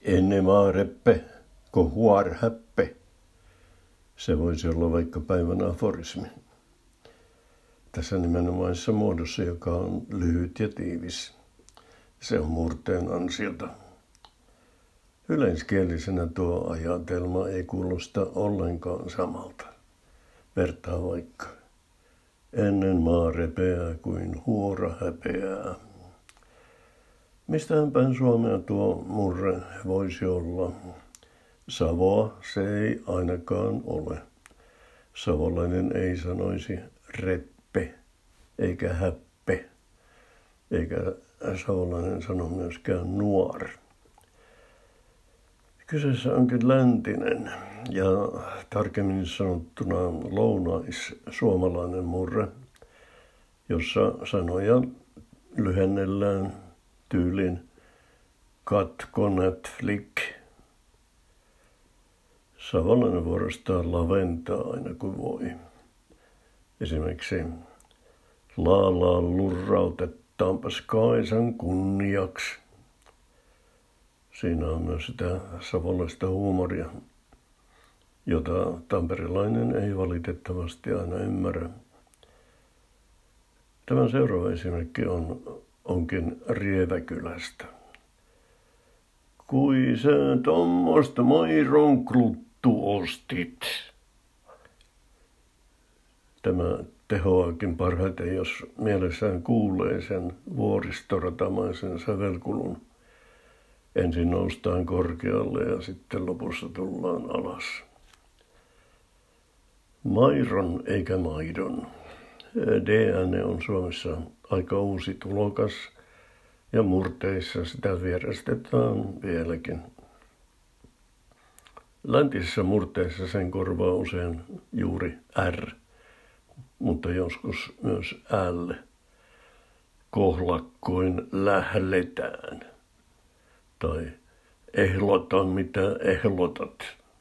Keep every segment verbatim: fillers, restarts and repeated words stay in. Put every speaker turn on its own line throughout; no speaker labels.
Enne maareppe, ko huarhäppe. Se voisi olla vaikka päivän aforismi. Tässä nimenomaisessa muodossa, joka on lyhyt ja tiivis. Se on murteen ansiota. Yleiskielisenä tuo ajatelma ei kuulosta ollenkaan samalta. Vertaa vaikka. Ennen maa repeää kuin huora häpeää. Mistähän päin Suomea tuo murre voisi olla? Savoa se ei ainakaan ole. Savolainen ei sanoisi reppe, eikä häppe, eikä savolainen sano myöskään nuor. Kyseessä onkin läntinen ja tarkemmin sanottuna lounais-suomalainen murre, jossa sanoja lyhennellään tyylin katkonat flick. Savolainen vuorostaan laventaa aina kuin voi. Esimerkiksi laalaa lurrautetaanpas Kaisan kunniaksi. Siinä on myös sitä savolaista huumoria, jota tamperilainen ei valitettavasti aina ymmärrä. Tämän seuraava esimerkki on, onkin Rieväkylästä. Kui sä tommosta mairon kluttu ostit. Tämä tehoakin parhaiten, jos mielessään kuulee sen vuoristoratamaisen sävelkulun. Ensin noustaan korkealle ja sitten lopussa tullaan alas. Mairon eikä maidon. D N on Suomessa aika uusi tulokas ja murteissa sitä vierastetaan vieläkin. Läntisessä murteissa sen korvaa usein juuri R, mutta joskus myös L. Kohlakkoin lähletään. Tai ehlotan mitä ehlotat.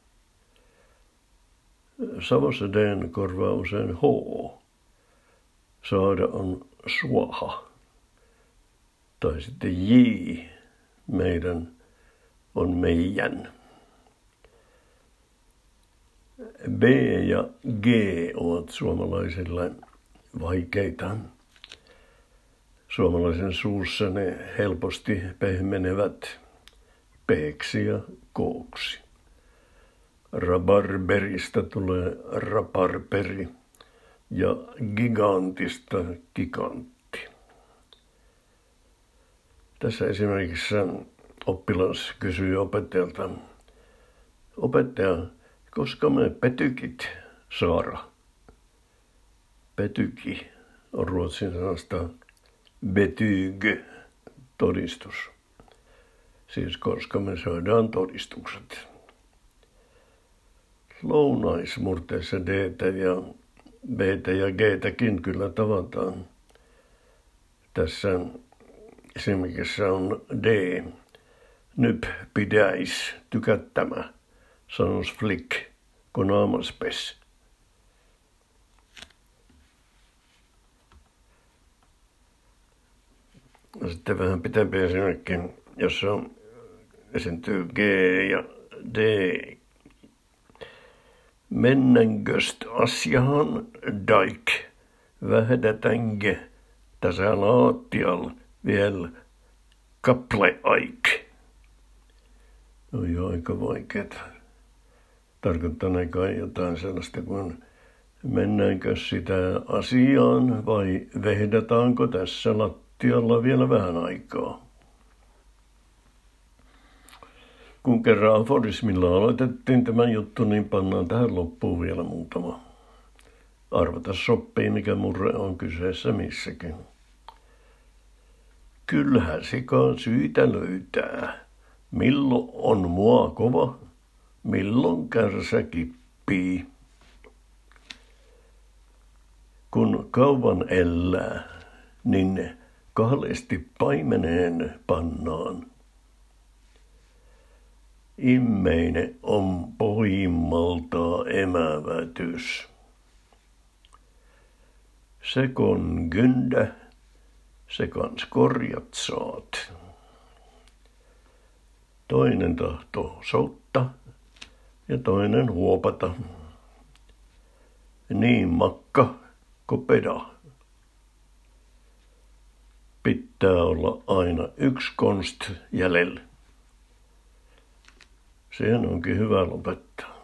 Savossa D korvaa usein H. Saada on suoha. Tai sitten J, meidän on meidän. B ja G ovat suomalaisille vaikeita. Suomalaisen suussa ne helposti pehmenevät peeksi ja kooksi. Rabarberista tulee raparperi ja gigantista gigantti. Tässä esimerkiksi oppilas kysyy opettajalta, opettaja, koska me petykit saara? Petyki on ruotsin sanasta betyg, todistus. Siis koska me saadaan todistukset. Lounaismurteessa D ja B ja G:täkin kyllä tavataan. Tässä esimerkiksi on D. Nyt pidäis tykättämä, sanois flick, kun naamaspes. Sitten vähän pitempi esimerkki, jossa esiintyy G ja D. Mennängöst asiahan daik, vähdätänge tässä laattial vielä kapleaik. On jo aika vaikeeta. Tarkoittanee kai jotain sellaista kuin mennäänkö sitä asiaan vai vehdataanko tässä lattialla vielä vähän aikaa. Kun kerran aforismilla aloitettiin tämä juttu, niin pannaan tähän loppuun vielä muutama. Arvata sopii, mikä murre on kyseessä missäkin. Kyllähän sikaan syytä löytää. Milloin on mua kova, milloin kärsä kippii. Kun kauan elää, niin kahdesti paimeneen pannaan. Immeine on pohjimmaltaa emävätys. Sekon gyndä, se kans korjat saat. Toinen tahtoo soutta ja toinen huopata. Niin makka kuin peda. Pitää olla aina yksi konst jäljellä. Siihen onkin hyvä lopettaa.